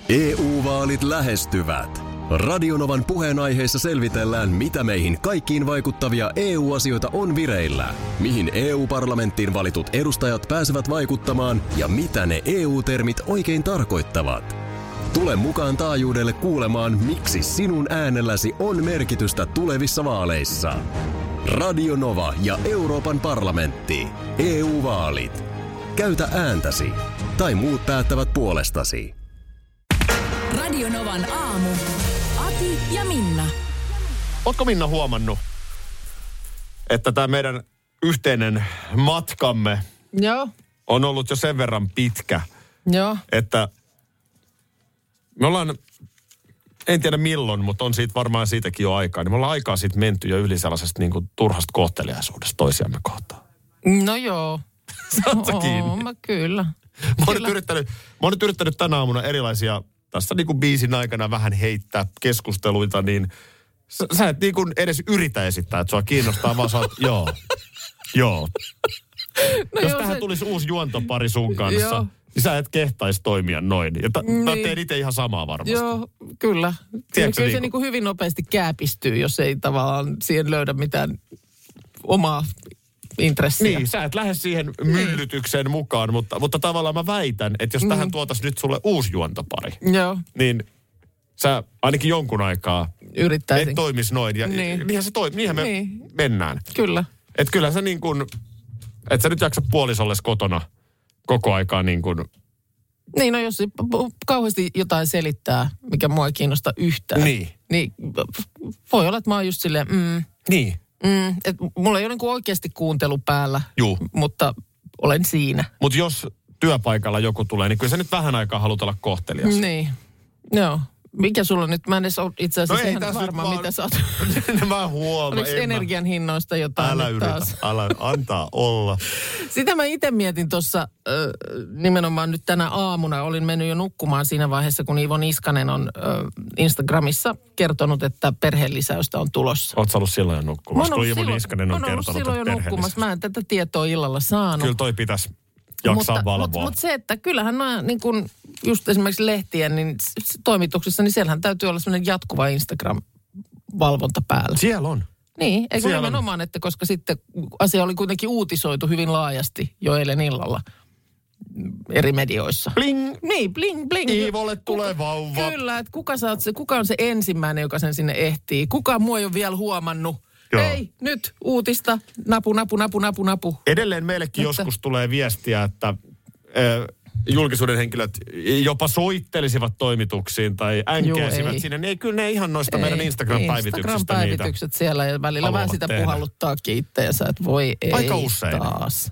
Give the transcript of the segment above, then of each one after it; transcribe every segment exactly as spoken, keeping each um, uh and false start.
E U-vaalit lähestyvät. Radionovan puheenaiheessa selvitellään, mitä meihin kaikkiin vaikuttavia E U-asioita on vireillä, mihin E U-parlamenttiin valitut edustajat pääsevät vaikuttamaan ja mitä ne E U-termit oikein tarkoittavat. Tule mukaan taajuudelle kuulemaan, miksi sinun äänelläsi on merkitystä tulevissa vaaleissa. Radio Nova ja Euroopan parlamentti. E U-vaalit. Käytä ääntäsi. Tai muut päättävät puolestasi. Radio Novan aamu. Ati ja Minna. Ootko Minna huomannut, että tämä meidän yhteinen matkamme Joo. on ollut jo sen verran pitkä, Joo. että me ollaan, en tiedä milloin, mutta on siitä varmaan siitäkin jo aikaa, niin me ollaan aikaa sitten menty jo yli sellaisesta niin kuin turhasta kohteliaisuudesta toisiamme kohtaan. No joo. Saat sä kiinni? Oo, mä kyllä. Mä oon, nyt yrittänyt, mä oon nyt yrittänyt tänä aamuna erilaisia, tässä niin kuin biisin aikana vähän heittää keskusteluita, niin sä, sä et niin kuin edes yritä esittää, että sua kiinnostaa, vaan sä oot, joo, joo. No Jos joo, tähän se... tulisi uusi juontopari sun kanssa, Joo. niin sä et kehtaisi toimia noin. Ja ta- niin. Mä teen itse ihan samaa varmasti. Joo, kyllä. Tiedätkö, kyllä niin se niin kuin hyvin nopeasti kääpistyy, jos ei tavallaan siihen löydä mitään omaa intressiä. Niin, sä et lähde siihen myllytykseen mukaan, mutta, mutta tavallaan mä väitän, että jos mm. tähän tuotaisiin nyt sulle uusi juontopari, Joo. niin sä ainakin jonkun aikaa Yrittäisin. et toimisi noin. Ja Niin. niinhän se toimii, niinhän me Niin. mennään. Kyllä. Että kyllä sä niin kuin, et sä nyt jaksa puolisolles kotona koko aikaa niin kuin. Niin, no jos kauheasti jotain selittää, mikä mua ei kiinnosta yhtään. Niin. Niin voi olla, että mä oon just silleen, mm, Niin. mm, että mulla ei ole niin kuin oikeasti kuuntelu päällä, Juu. mutta olen siinä. Mutta jos työpaikalla joku tulee, niin kyllä sä nyt vähän aikaa haluat olla kohtelias. Niin, joo. Mikä sulla nyt, mä en edes ole itse asiassa No ei ihan tässä varma, nyt vaan- mitä sä oot. Mä huomaan. Oliko energian hinnoista jotain Älä nyt yritä, taas? älä, antaa olla. Sitä mä itse mietin tuossa äh, nimenomaan nyt tänä aamuna. Olin mennyt jo nukkumaan siinä vaiheessa, kun Iivo Niskanen on äh, Instagramissa kertonut, että perheenlisäystä on tulossa. Oot sä ollut silloin jo Mä nukkumassa, oon kun ollut Iivo silloin- Niskanen on mä oon ollut kertonut, silloin jo että nukkumassa. perheellisyys. Mä en tätä tietoa illalla saanut. Kyllä toi pitäisi jaksaa mutta, valvoa. Mutta, mutta se, että kyllähän nämä niin kuin just esimerkiksi lehtien niin s- s- toimituksissa, niin siellähän täytyy olla sellainen jatkuva Instagram-valvonta päällä. Siellä on. Niin, eikö Siellä on. nimenomaan, että koska sitten asia oli kuitenkin uutisoitu hyvin laajasti jo eilen illalla eri medioissa. Bling! Niin, bling, bling. Iivolle tulee vauva. Kyllä, että kuka, saat se, kuka on se ensimmäinen, joka sen sinne ehtii. Kuka mua ei ole vielä huomannut. Joo. Ei, nyt uutista, napu, napu, napu, napu, napu. Edelleen meillekin Että- joskus tulee viestiä, että ö, julkisuuden henkilöt jopa soittelisivat toimituksiin tai änkeäisivät ei. sinne. Ei, kyllä ne ihan noista meidän Instagram-päivityksistä niitä. Instagram-päivitykset siellä ja välillä haluavat vähän sitä tehdä. puhalluttaakin itteensä, että voi ei Aika usein. taas.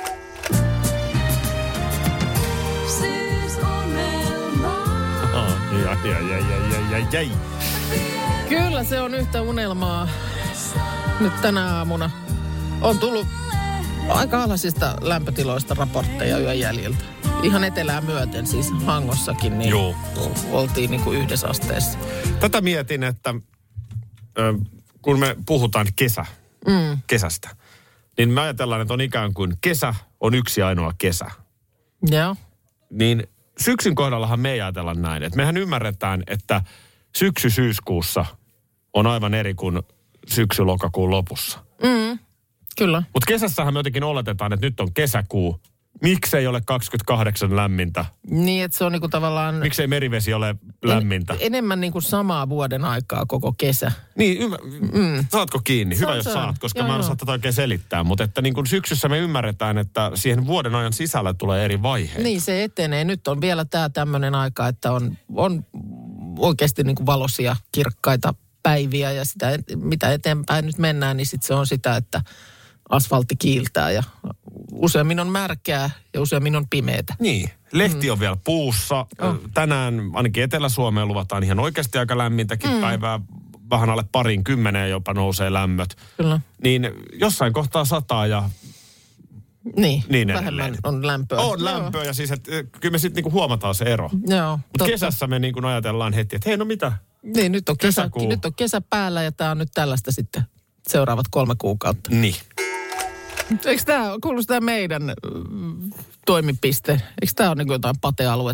Ah, jäi, jäi, jäi, jäi, jäi, jäi, jäi. Kyllä se on yhtä unelmaa nyt tänä aamuna. On tullut aika alhaisista lämpötiloista raportteja yön jäljiltä. Ihan etelää myöten siis Hangossakin, niin Joo. oltiin niin kuin yhdessä asteessa. Tätä mietin, että ö, kun me puhutaan kesä, Mm. kesästä, niin me ajatellaan, että on ikään kuin kesä on yksi ainoa kesä. Joo. Niin syksyn kohdallahan me ei ajatella näin. Että mehän ymmärretään, että syksy-syyskuussa on aivan eri kuin syksy-lokakuun lopussa. Mm. Kyllä. Mutta kesässähän me jotenkin oletetaan, että nyt on kesäkuu. Miksei ole kaksikymmentäkahdeksan lämmintä? Niin, että se on niin kuin tavallaan Miksei merivesi ole lämmintä? En, enemmän niin kuin samaa vuoden aikaa koko kesä. Niin, ymmär... mm. saatko kiinni? Hyvä, Saan, jos saan. saat, koska Joo, mä en joo. osaa tätä oikein selittää. Mutta että niin kuin syksyssä me ymmärretään, että siihen vuoden ajan sisällä tulee eri vaiheita. Niin, se etenee. Nyt on vielä tämä tämmöinen aika, että on, on oikeasti niin kuin valoisia, kirkkaita päiviä ja sitä, mitä eteenpäin nyt mennään, niin sitten se on sitä, että asfaltti kiiltää ja useammin on märkää ja useammin on pimeätä. Niin, lehti mm. on vielä puussa. Oh. Tänään ainakin Etelä-Suomeen luvataan ihan oikeasti aika lämmintäkin mm. päivää. Vähän alle parin kymmeneen jopa nousee lämmöt. Kyllä. Niin jossain kohtaa sataa ja Niin, niin vähemmän edelleen. on lämpöä. on lämpöä ja siis, että kyllä me sitten niinku huomataan se ero. Joo, Mutta kesässä me niinku ajatellaan heti, että hei no mitä? Niin, nyt on, kesä, Kesäkuu. nyt on kesä päällä ja tämä on nyt tällaista sitten seuraavat kolme kuukautta. Niin. Eikö tämä, kuuluisi tämä meidän mm, toimipiste? Eikö tämä ole niin jotain patealuetta?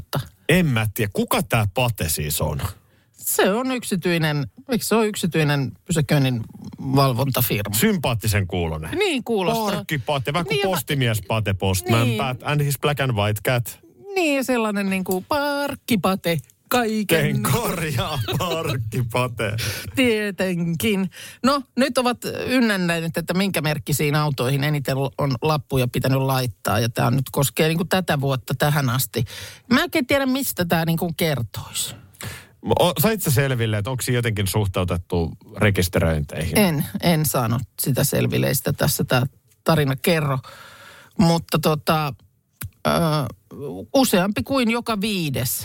En mä tiedä. Kuka tää Pate siis on? Se on yksityinen, eikö se ole yksityinen pysäköinnin valvontafirma? Sympaattisen kuulonen. Niin kuulostaa. Parkkipate, vähän kuin Niin, postimies Pate, postman niin. Pat and his black and white cat. Niin, sellainen niin kuin parkkipate. Kaiken. Ken korjaa parkkipate. Tietenkin. No, nyt ovat ynnänneet, että minkä merkkisiin autoihin eniten on lappuja pitänyt laittaa. Ja tämä nyt koskee niin kuin tätä vuotta tähän asti. Mä en oikein tiedä, mistä tämä niin kuin kertoisi. Sait sä selville, että onko se jotenkin suhteutettu rekisteröinteihin? En, en saanut sitä selville. Ei sitä tässä tämä tarina kerro. Mutta tota, ö, useampi kuin joka viides.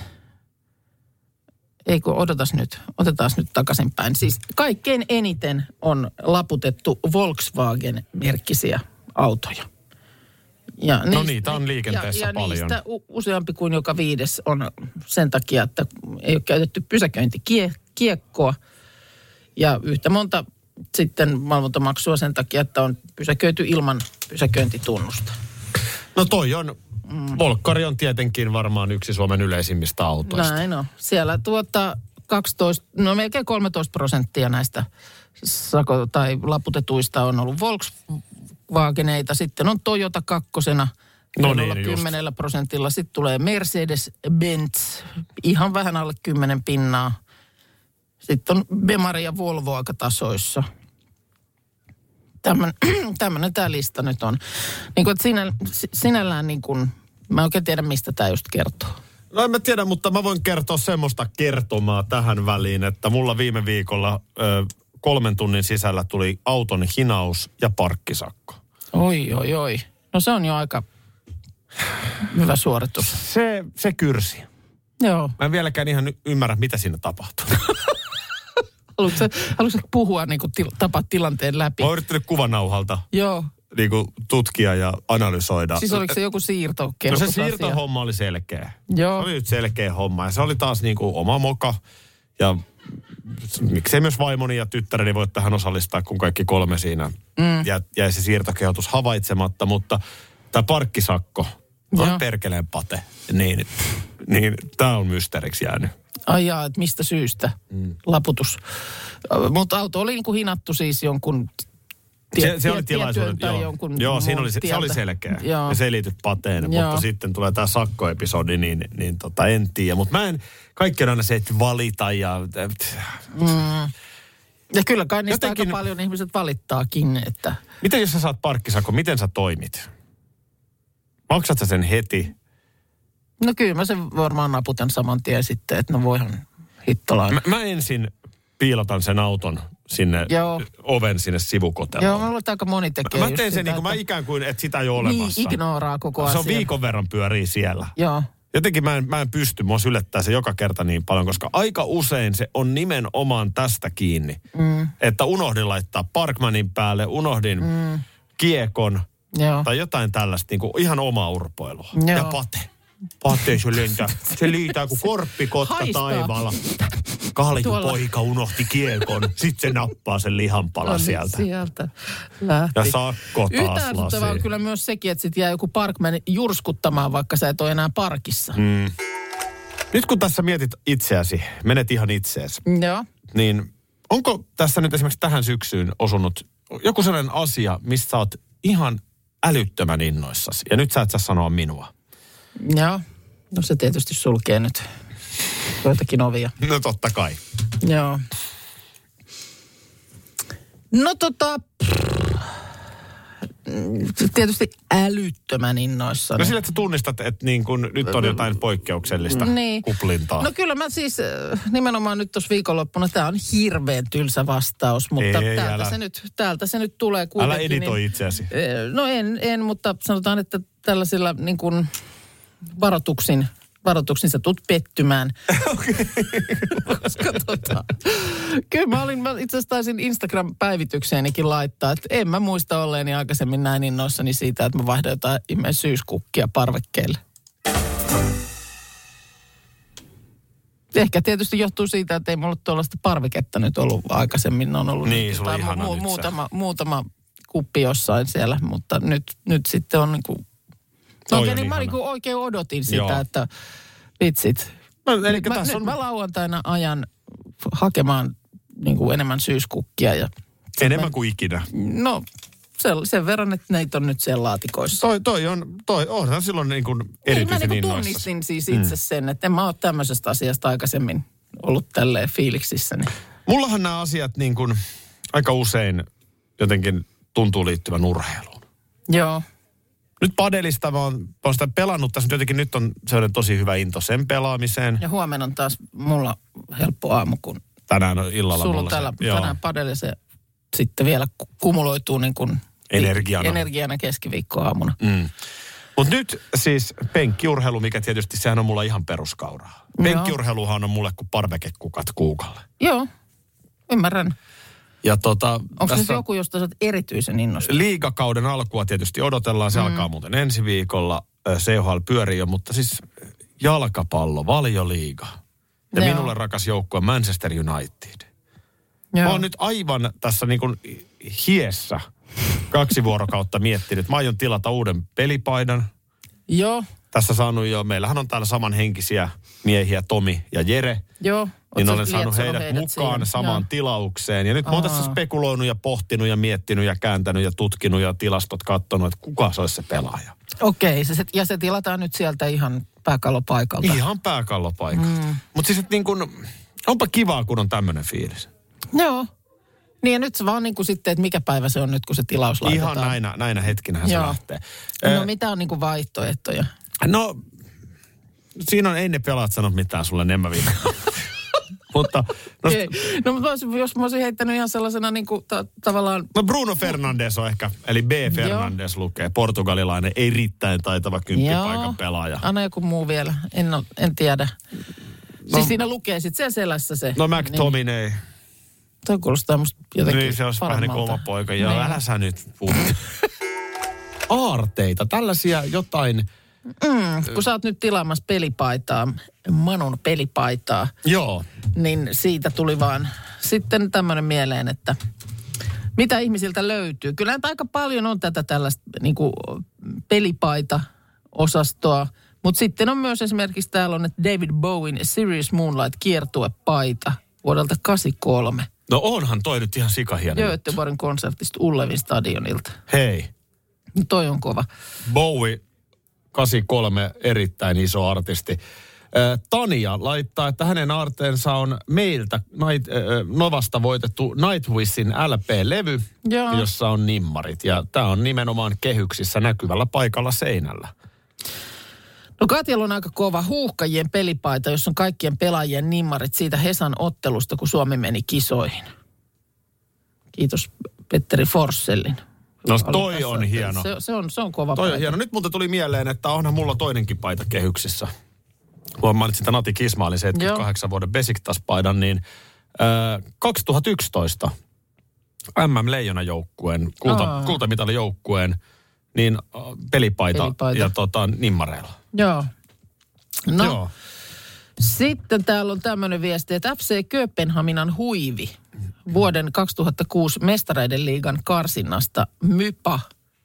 Eikö, odotas nyt, otetaan nyt takaisinpäin. Siis kaikkein eniten on laputettu Volkswagen-merkkisiä autoja. Ja no niistä, niitä on liikenteessä ja, ja paljon. Ja niistä useampi kuin joka viides on sen takia, että ei ole käytetty pysäköintikiekkoa. Ja yhtä monta sitten valvontamaksua sen takia, että on pysäköity ilman pysäköintitunnusta. No toi on, mm. Volkkari on tietenkin varmaan yksi Suomen yleisimmistä autoista. Näin on. Siellä tuota kaksitoista, no melkein kolmetoista prosenttia näistä sako- tai laputetuista on ollut Volkswageneita. Sitten on Toyota kakkosena. No niin, kymmenellä prosentilla. Sitten tulee Mercedes-Benz, ihan vähän alle kymmenen pinnaa. Sitten on Bemari ja Volvo aika tasoissa. Tämmöinen tämä lista nyt on. Niin kuin, että sinä, sinällään niin kuin, mä en oikein tiedä, mistä tämä just kertoo. No en mä tiedä, mutta mä voin kertoa semmoista kertomaa tähän väliin, että mulla viime viikolla ö, kolmen tunnin sisällä tuli auton hinaus ja parkkisakko. Oi, oi, oi. No se on jo aika hyvä suoritus. Se, se kyrsi. Joo. Mä en vieläkään ihan ymmärrä, mitä siinä tapahtuu. Haluatko, haluatko puhua niin kuin til, tapa tilanteen läpi? Mä oon yrittänyt kuvanauhalta Joo. Niin kuin tutkia ja analysoida. Siis oliko se joku siirto? No se siirtohomma oli selkeä. Joo. Se oli nyt selkeä homma ja se oli taas niin kuin oma moka. Ja miksei myös vaimoni ja tyttäreni voi tähän osallistaa, kun kaikki kolme siinä mm. jä, jäi se siirtokehotus havaitsematta. Mutta tämä parkkisakko, on perkeleen Pate, niin, niin tämä on mysteeriksi jäänyt. Ai jaa, että mistä syystä mm. laputus. Mutta auto oli niin kuin hinattu siis jonkun tie, se, se oli tilaisuuden, joo. Jonkun joo, siinä oli, se oli selkeä. Joo. Ja se ei liity Pateen, joo. Mutta sitten tulee tämä sakkoepisodi, niin, niin tota, en tiedä. Mutta mä en, kaikki on aina se, että valita ja... Mm. Ja kyllä kai niistä Jotenkin, aika paljon ihmiset valittaakin, että... Miten jos sä saat parkkisakko, miten sä toimit? Maksat sä sen heti? No kyllä mä sen varmaan naputan saman tien sitten, että no voihan hittolaan. Mä, mä ensin piilotan sen auton sinne, Joo. oven sinne sivukoteloon. Joo, mä luulen, että aika moni tekee Mä, mä teen sen niin kuin mä ikään kuin, että sitä ei ole olemassa. Niin, ignoraa koko asia. Se on viikon verran pyörii siellä. Joo. Jotenkin mä en, mä en pysty, mua sylettää se joka kerta niin paljon, koska aika usein se on nimenomaan tästä kiinni. Mm. Että unohdin laittaa Parkmanin päälle, unohdin mm. kiekon Joo. tai jotain tällaista niin kuin ihan omaa urpoilua. Joo. Ja Pate. Pate se lentää. Se liitää kuin korppikotka Haistaa. taivaalla. Kaljupoika unohti kiekon. Sitten se nappaa sen lihanpala no, sieltä. Sieltä lähti. Ja sakko taas ärsyttävää on kyllä myös sekin, että sit jää joku parkman jurskuttamaan, vaikka sä et ole enää parkissa. Mm. Nyt kun tässä mietit itseäsi, menet ihan itseesi. Joo. Niin onko tässä nyt esimerkiksi tähän syksyyn osunut joku sellainen asia, mistä sä oot ihan älyttömän innoissasi? Ja nyt sä et saa sanoa minua. Joo. No se tietysti sulkee nyt joitakin ovia. No totta kai. Joo. No tota, tietysti älyttömän innoissani. No sillä, että sä tunnistat, että niin kun nyt on jotain poikkeuksellista niin. kuplintaa. No kyllä mä siis nimenomaan nyt tuossa viikonloppuna, tämä on hirveän tylsä vastaus, mutta Ei, täältä, älä. se nyt, täältä se nyt tulee kuitenkin. Älä editoi niin, itseäsi. No en, en, mutta sanotaan, että tällaisilla niin kuin varoituksin, varoituksin sä tulet pettymään. Okei. Okay. Koska tota, kyllä mä olin, mä itse asiassa taisin Instagram-päivitykseenikin laittaa, että en mä muista olleeni aikaisemmin näin innoissani siitä, että mä vaihdan jotain ihmeen syyskukkia parvekkeelle. Ehkä tietysti johtuu siitä, että ei mulla ole tuollaista parviketta nyt ollut aikaisemmin. On ollut niin, sulla ihana mu- muutama, muutama kuppi jossain siellä, mutta nyt, nyt sitten on niin kuin... No oikein, niin mä niin oikein odotin sitä, Joo. että Vitsit. No, eli Mä, tässä nyt on mä lauantaina ajan hakemaan niin kuin enemmän syyskukkia. Ja enemmän mä, kuin ikinä. No sen, sen verran, että neitä on nyt siellä laatikoissa. Toi, toi on, toi onhan silloin niin kuin erityisen niin, mä niin kuin innoissasi. tunnistin siis itse mm. sen, että en mä ole tämmöisestä asiasta aikaisemmin ollut tälleen fiiliksissä. Niin. Mullahan nämä asiat niin kuin aika usein jotenkin tuntuu liittyvän urheiluun. Joo. Nyt padelista mä oon, mä oon sitä pelannut tässä, jotenkin nyt on sellainen tosi hyvä into sen pelaamiseen. Ja huomenna on taas mulla helppo aamu, kun Tänään on illalla sulla mulla täällä, se. tänään padeli se sitten vielä kumuloituu niin kuin Energiana. energiana keskiviikkoaamuna. Mm. Mutta nyt siis penkkiurheilu, mikä tietysti sehän on mulla ihan peruskauraa. Penkkiurheiluhan on mulle kuin parvekekukat kuukalle. Joo, ymmärrän. Ja tota, onko tässä se joku, josta sä oot erityisen innostunut? Liigakauden alkua tietysti odotellaan. Se mm. alkaa muuten ensi viikolla. C H L pyörii jo, mutta siis jalkapallo, Valioliiga. Ja Joo. minulle rakas joukkue Manchester United. Joo. Mä oon nyt aivan tässä niin kuin hiessä kaksi vuorokautta miettinyt. Mä aion tilata uuden pelipaidan. Joo. Tässä saanut jo, meillähän on täällä samanhenkisiä miehiä, Tomi ja Jere. Joo. Niin olen saanut heidät, heidät mukaan siihen samaan Joo. tilaukseen. Ja nyt Aa. mä oon tässä spekuloinut ja pohtinut ja miettinyt ja kääntänyt ja tutkinut ja tilastot katsonut, että kuka se olisi se pelaaja. Okei, se, ja se tilataan nyt sieltä ihan pääkallopaikalta. Ihan pääkallopaikalta. Mm. Mutta siis, että niin kun, onpa kivaa, kun on tämmöinen fiilis. Joo. Niin ja nyt se vaan niin kuin sitten, että mikä päivä se on nyt, kun se tilaus laitetaan. Ihan näinä, näinä hetkinähän Joo. se lähtee. No äh, mitä on niin kuin vaihtoehtoja? No, siinä on, ei ne pelaat sanonut mitään sulle, niin en mä viittaa. Mutta, no, no mutta jos mä olisin heittänyt ihan sellaisena niin kuin ta- tavallaan... No Bruno Fernandes on ehkä, eli B. Fernandes lukee, portugalilainen, ei riittäen taitava kymppipaikan pelaaja. Anna joku muu vielä, en, ole, en tiedä. No, siis siinä lukee sitten siellä selässä se. No McTominay. Niin. Toi kuulostaa musta jotenkin niin, se olisi vähän niin kuin oma poika. Joo, niin. Älä sä nyt puhu. Aarteita, tällaisia jotain... Mm, kun sä oot nyt tilaamassa pelipaitaa, Manun pelipaitaa. Joo. Niin siitä tuli vaan sitten tämmöinen mieleen, että mitä ihmisiltä löytyy. Kyllä aika paljon on tätä tällaista niin kuin pelipaita-osastoa, mutta sitten on myös esimerkiksi täällä on, että David Bowen Serious Moonlight kiertuepaita vuodelta kahdeksankymmentäkolme. No onhan toi nyt ihan sikahieno. Göteborgin konsertista Ullevin stadionilta. Hei. No toi on kova. Bowie, kahdeksankymmentäkolme, erittäin iso artisti. Tania laittaa, että hänen aarteensa on meiltä Night, äh, Novasta voitettu Nightwishin L P-levy, Joo. jossa on nimmarit. Ja tämä on nimenomaan kehyksissä näkyvällä paikalla seinällä. No Katjalla on aika kova huuhkajien pelipaita, jossa on kaikkien pelaajien nimmarit siitä Hesan ottelusta, kun Suomi meni kisoihin. Kiitos Petteri Forssellin. No toi on hieno. Se, se, on, se on kova toi paita. On hieno. Nyt multa tuli mieleen, että onhan mulla toinenkin paita kehyksissä. Kun mainitsin tämän Nati Kismaalin seitsemänkymmentäkahdeksan vuoden Besiktas-paidan, niin äh, kaksituhattayksitoista M M-leijonajoukkueen, kulta, kultamitalijoukkueen, niin äh, pelipaita, pelipaita ja tota, nimmareilla. Joo. No, Joo. Sitten täällä on tämmöinen viesti, että F C Kööpenhaminan huivi vuoden kaksituhattakuusi Mestareiden liigan karsinnasta Mypa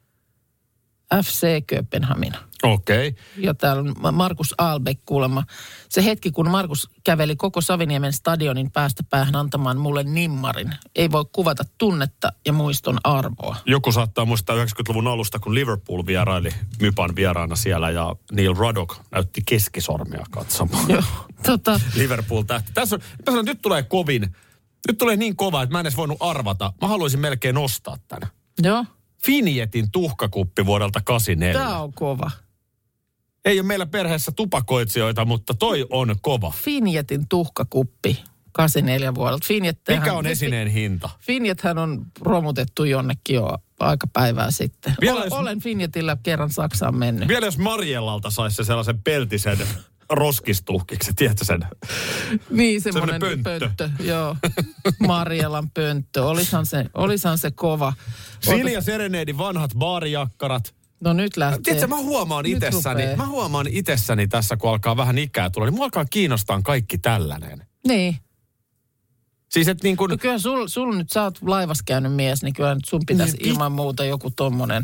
F C Kööpenhamina. Okei. Okay. Ja täällä on Markus Albeck kuulemma. Se hetki, kun Markus käveli koko Saviniemen stadionin päästä päähän antamaan mulle nimmarin. Ei voi kuvata tunnetta ja muiston arvoa. Joku saattaa muistaa yhdeksänkymmentäluvun alusta, kun Liverpool vieraili Mypan vieraana siellä ja Neil Ruddock näytti keskisormia katsomaan. Joo, tota... Liverpool tähti. Tässä on, tässä on, nyt tulee kovin. Nyt tulee niin kova, että mä en edes voinut arvata. Mä haluaisin melkein ostaa tänä. Joo. Finietin tuhkakuppi vuodelta kahdeksankymmentäneljä. Tää on kova. Ei ole meillä perheessä tupakoitsijoita, mutta toi on kova. Finietin tuhkakuppi kahdeksankymmentäneljä vuodelta. Mikä on esineen hinta? Finjethän on romutettu jonnekin jo aika päivää sitten. Vielä olen, jos, olen Finjetillä kerran Saksaan mennyt. Vielä jos Marjellalta saisi se sellaisen peltisen roskistuhkiksi, tiedätkö sen? Niin, semmoinen pönttö. pönttö. Joo, Marjellan pönttö. Olisahan se, olisahan se kova. Silja Serenadin vanhat baarijakkarat. No nyt lähtee. Tiedätkö, mä huomaan itsessäni, mä huomaan itsessäni tässä, kun alkaa vähän ikää tulla, niin mua alkaa kiinnostaa kaikki tällainen. Niin. Siis et niin kun... No kyllä sul, sul nyt, sä oot laivassa käynyt mies, niin kyllä nyt sun pitäisi niin, ilman muuta joku tommonen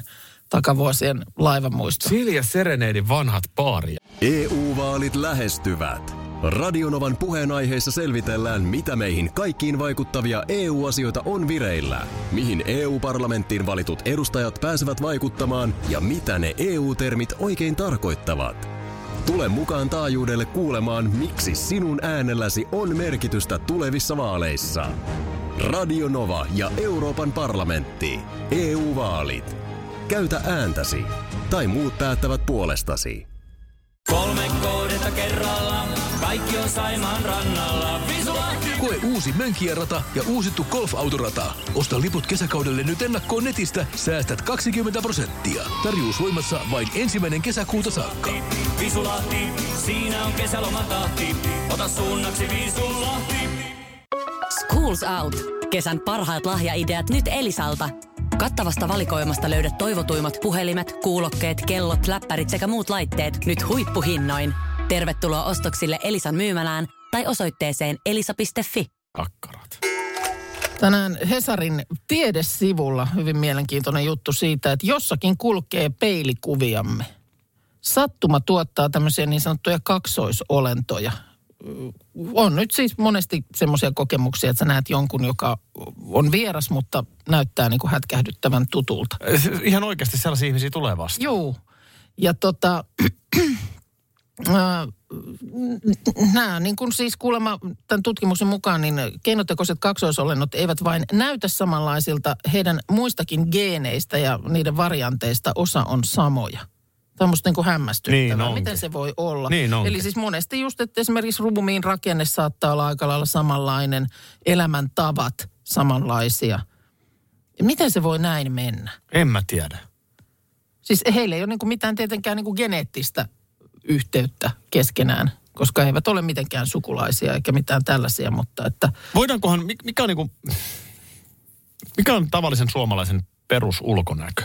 takavuosien laivamuisto. Silja Serenadin vanhat baaria. E U-vaalit lähestyvät. Radionovan puheenaiheessa selvitellään, mitä meihin kaikkiin vaikuttavia E U-asioita on vireillä, mihin E U-parlamenttiin valitut edustajat pääsevät vaikuttamaan ja mitä ne E U-termit oikein tarkoittavat. Tule mukaan taajuudelle kuulemaan, miksi sinun äänelläsi on merkitystä tulevissa vaaleissa. Radio Nova ja Euroopan parlamentti. E U-vaalit. Käytä ääntäsi. Tai muut päättävät puolestasi. Kolme kohdetta kerralla, kaikki on Saimaan rannalla. Visulahti! Koe uusi Mönkijärata ja uusittu golfautorata. Osta liput kesäkaudelle nyt ennakkoon netistä, säästät kaksikymmentä prosenttia. Tarjous voimassa vain ensimmäinen kesäkuuta saakka. Visulahti, siinä on kesälomatahti. Ota suunnaksi Visulahti. Schools Out. Kesän parhaat lahjaideat nyt Elisalta. Kattavasta valikoimasta löydät toivotuimmat puhelimet, kuulokkeet, kellot, läppärit sekä muut laitteet nyt huippuhinnoin. Tervetuloa ostoksille Elisan myymälään tai osoitteeseen elisa piste fi. Akkarat. Tänään Hesarin tiedesivulla hyvin mielenkiintoinen juttu siitä, että jossakin kulkee peilikuviamme. Sattuma tuottaa tämmöisiä niin sanottuja kaksoisolentoja. On nyt siis monesti semmoisia kokemuksia, että sä näet jonkun, joka on vieras, mutta näyttää niin kuin hätkähdyttävän tutulta. Ihan oikeasti sellaisia ihmisiä tulee vastaan. Joo. Ja tota, nämä niin kuin siis kuulemma tämän tutkimuksen mukaan, niin keinotekoiset kaksoisolennot eivät vain näytä samanlaisilta, heidän muistakin geeneistä ja niiden varianteista osa on samoja. Tämä on musta niin kuin hämmästyttävää. Niin miten se voi olla? Niin Eli siis monesti just, että esimerkiksi ruumiin rakenne saattaa olla aika lailla samanlainen, elämäntavat samanlaisia. Ja miten se voi näin mennä? En mä tiedä. Siis heillä ei ole niin kuin mitään tietenkään niin kuin geneettistä yhteyttä keskenään, koska he eivät ole mitenkään sukulaisia eikä mitään tällaisia, mutta että... Voidaankohan, mikä on, niin kuin, mikä on tavallisen suomalaisen perusulkonäkö?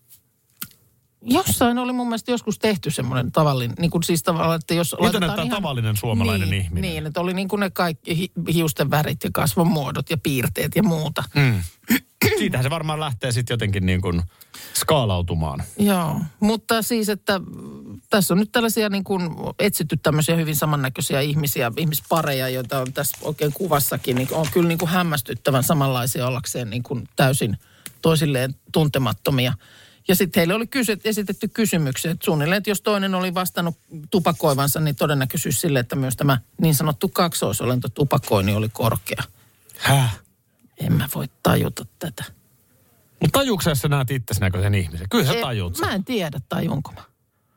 Jossain oli mun mielestä joskus tehty semmoinen tavallinen, niin kuin siis tavallaan, että jos... Mitä näyttää ihan tavallinen suomalainen niin, ihminen? Niin, että oli niin kuin ne kaikki hi, hiusten värit ja kasvon muodot ja piirteet ja muuta. Mm. Siitähän se varmaan lähtee sitten jotenkin niin kuin skaalautumaan. Joo, mutta siis, että tässä on nyt tällaisia niin kuin etsitty tämmöisiä hyvin samannäköisiä ihmisiä, ihmispareja, joita on tässä oikein kuvassakin, niin on kyllä niin kuin hämmästyttävän samanlaisia ollakseen niin kuin täysin toisilleen tuntemattomia. Ja sitten heille oli kysyt, esitetty kysymyksiä, että suunnilleen, että jos toinen oli vastannut tupakoivansa, niin todennäköisyys sille, että myös tämä niin sanottu kaksoisolento tupakoini oli korkea. Häh? En mä voi tajuta tätä. Mutta tajuuko jos sä näet itsesi näköisen ihmisen? Kyllä sä tajut sen. Mä en tiedä, tajunko mä.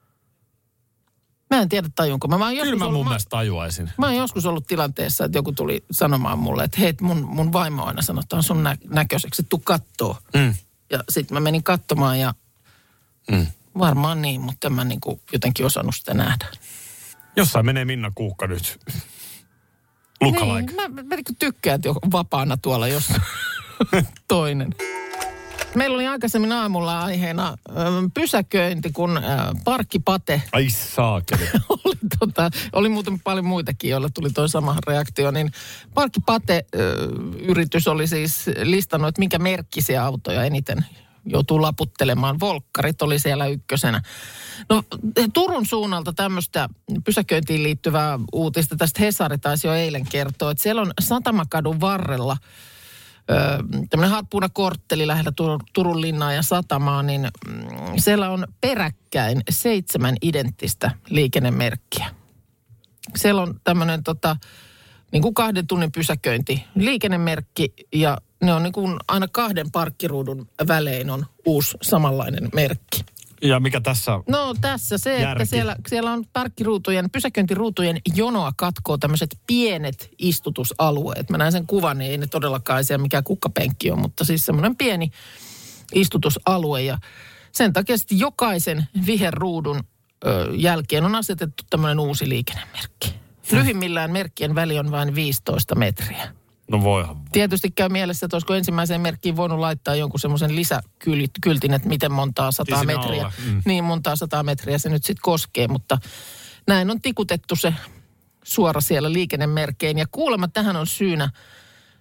Mä en tiedä, tajunko mä. mä Kyllä mä mun ollut, mielestä tajuaisin. Mä oon joskus ollut tilanteessa, että joku tuli sanomaan mulle, että hei, mun, mun vaimo aina sanoo, että on sun nä- näköiseksi, että tuu kattoo. Mm. Ja sitten mä menin katsomaan ja mm. varmaan niin, mutta en mä niin kuin jotenkin osannut sitä nähdä. Jossain menee Minna Kuukka nyt. Lookalike. Niin, mä, mä, mä niin tykkään, että on vapaana tuolla jossain toinen. Meillä oli aikaisemmin aamulla aiheena ö, pysäköinti, kun ö, parkkipate. Ai saakeli. oli, tota, oli muuten paljon muitakin, joilla tuli toi sama reaktio. Niin parkkipate-yritys oli siis listannut, että minkä merkkisiä autoja eniten joutuu laputtelemaan. Volkkarit oli siellä ykkösenä. No Turun suunnalta tämmöistä pysäköintiin liittyvää uutista tästä Hesari taisi jo eilen kertoa, että siellä on Satamakadun varrella Öö, tämmöinen Hatpuuna-kortteli lähellä Tur- Turun linnaa ja satamaa, niin mm, siellä on peräkkäin seitsemän identtistä liikennemerkkiä. Siellä on tämmöinen tota, niin kuin kahden tunnin pysäköinti liikennemerkki ja ne on niin kuin aina kahden parkkiruudun välein on uusi samanlainen merkki. Ja mikä tässä No tässä se, järki. että siellä, siellä on parkkiruutujen, pysäköintiruutujen jonoa katkoo tämmöiset pienet istutusalueet. Mä näen sen kuvan, niin ei ne todellakaan siellä mikään kukkapenkki on, mutta siis semmoinen pieni istutusalue. Ja sen takia sitten jokaisen viherruudun ö, jälkeen on asetettu tämmöinen uusi liikennemerkki. Lyhimmillään merkkien väli on vain viisitoista metriä. No voihan. Tietysti käy mielessä, että olisiko ensimmäiseen merkkiin voinut laittaa jonkun semmoisen lisäkyltin, että miten montaa sataa metriä. Mm. Niin montaa sataa metriä se nyt sitten koskee, mutta näin on tikutettu se suora siellä liikennemerkein. Ja kuulemma tähän on syynä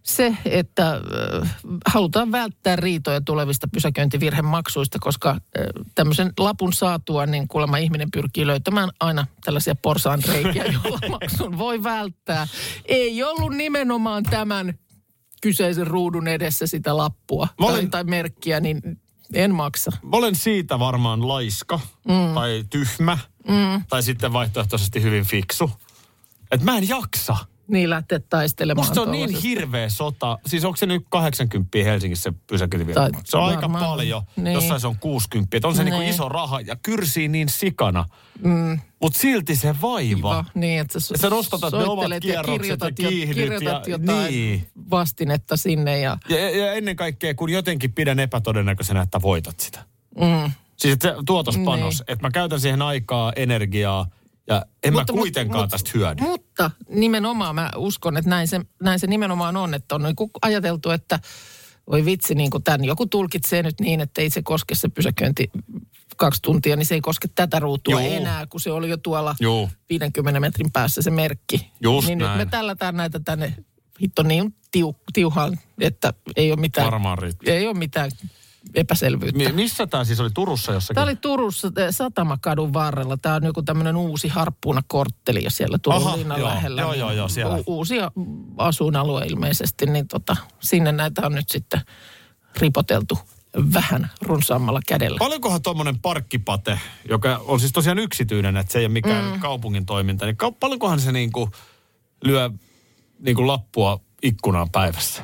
se, että äh, halutaan välttää riitoja tulevista pysäköintivirhemaksuista, koska äh, tämmöisen lapun saatua, niin kuulemma ihminen pyrkii löytämään aina tällaisia porsaanreikiä, joilla maksun voi välttää. Ei ollut nimenomaan tämän kyseisen ruudun edessä sitä lappua olen, tai, tai merkkiä, niin en maksa. Mä olen siitä varmaan laiska mm. tai tyhmä mm. tai sitten vaihtoehtoisesti hyvin fiksu. Että mä en jaksa. Niin lähteä taistelemaan. Musta on niin hirveä sota. Siis onko se nyt kahdeksankymmentä Helsingissä pysäköintivirhemaksu? Se on varmaan aika paljon. Niin. Jossain se on kuusikymmentä. Että on se niin. niinku iso raha ja kyrsii niin sikana. Mm. Mutta silti se vaiva. Iva. Niin, että sä, sä nostatat ne omat kierrokset ja kiihdyt. Kirjoitat ja, jotain niin. vastinetta sinne. Ja... Ja, ja ennen kaikkea, kun jotenkin pidän epätodennäköisenä, että voitat sitä. Mm. Siis että tuotospanos. Niin. Että mä käytän siihen aikaa, energiaa. Ja en mutta, mä kuitenkaan mutta, tästä hyödy. Mutta nimenomaan mä uskon, että näin se, näin se nimenomaan on. Että on niin ajateltu, että voi vitsi, niin kuin tämän joku tulkitsee nyt niin, että ei se koske se pysäköinti kaksi tuntia, niin se ei koske tätä ruutua Joo. enää, kun se oli jo tuolla Joo. viidenkymmenen metrin päässä se merkki. Just niin näin. Nyt me tällätään näitä tänne hitto niin tiu, tiuhaan, että ei ole mitään, ei ole mitään epäselvyyttä. Mi- missä tämä siis oli? Turussa jossakin? Tämä oli Turussa Satamakadun varrella. Tämä on joku tämmöinen uusi harppuunakortteli ja siellä Turun linnan joo, lähellä. Joo, joo, joo, siellä. U- uusi asuinalue ilmeisesti, niin tota, sinne näitä on nyt sitten ripoteltu vähän runsaammalla kädellä. Paljonkohan tuommoinen parkkipate, joka on siis tosiaan yksityinen, että se ei ole mikään mm. kaupungin toiminta, niin ka- paljonkohan se niinku lyö niinku lappua ikkunaan päivässä?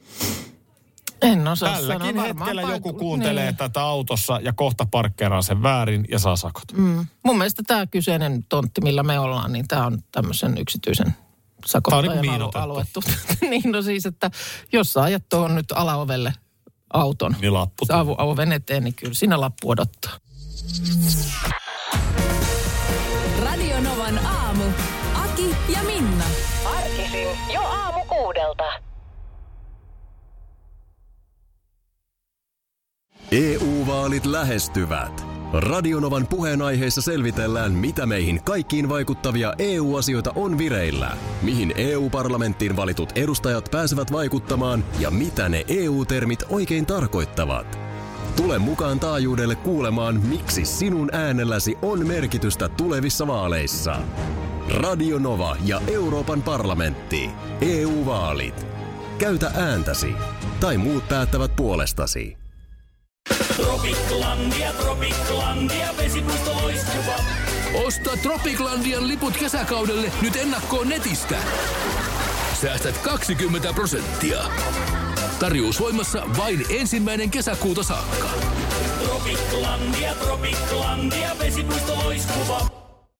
En osaa Tälläkin sanoa. hetkellä Varmaan joku paiku- kuuntelee niin. tätä autossa ja kohta parkkeeraa sen väärin ja saa sakot. Mm. Mun mielestä tämä kyseinen tontti, millä me ollaan, niin tämä on tämmöisen yksityisen sakottajan niin alu- aluettu. Niin no siis, että jos sä ajat tuohon nyt alaovelle auton, niin lappu saavu oven eteen, niin kyllä siinä lappu odottaa. Radio Novan aamu. Aki ja Minna. Arkisin jo aamu kuudelta. E U-vaalit lähestyvät. Radionovan puheenaiheessa selvitellään, mitä meihin kaikkiin vaikuttavia E U-asioita on vireillä, mihin E U-parlamenttiin valitut edustajat pääsevät vaikuttamaan ja mitä ne E U-termit oikein tarkoittavat. Tule mukaan taajuudelle kuulemaan, miksi sinun äänelläsi on merkitystä tulevissa vaaleissa. Radio Nova ja Euroopan parlamentti. E U-vaalit. Käytä ääntäsi. Tai muut päättävät puolestasi. Tropiklandia, Tropiklandia, vesipuisto loistuva. Osta Tropiklandian liput kesäkaudelle nyt ennakkoon netistä. Säästät kaksikymmentä prosenttia. Tarjous voimassa vain ensimmäinen kesäkuuta saakka. Tropiklandia, Tropiklandia, vesipuisto loistuva.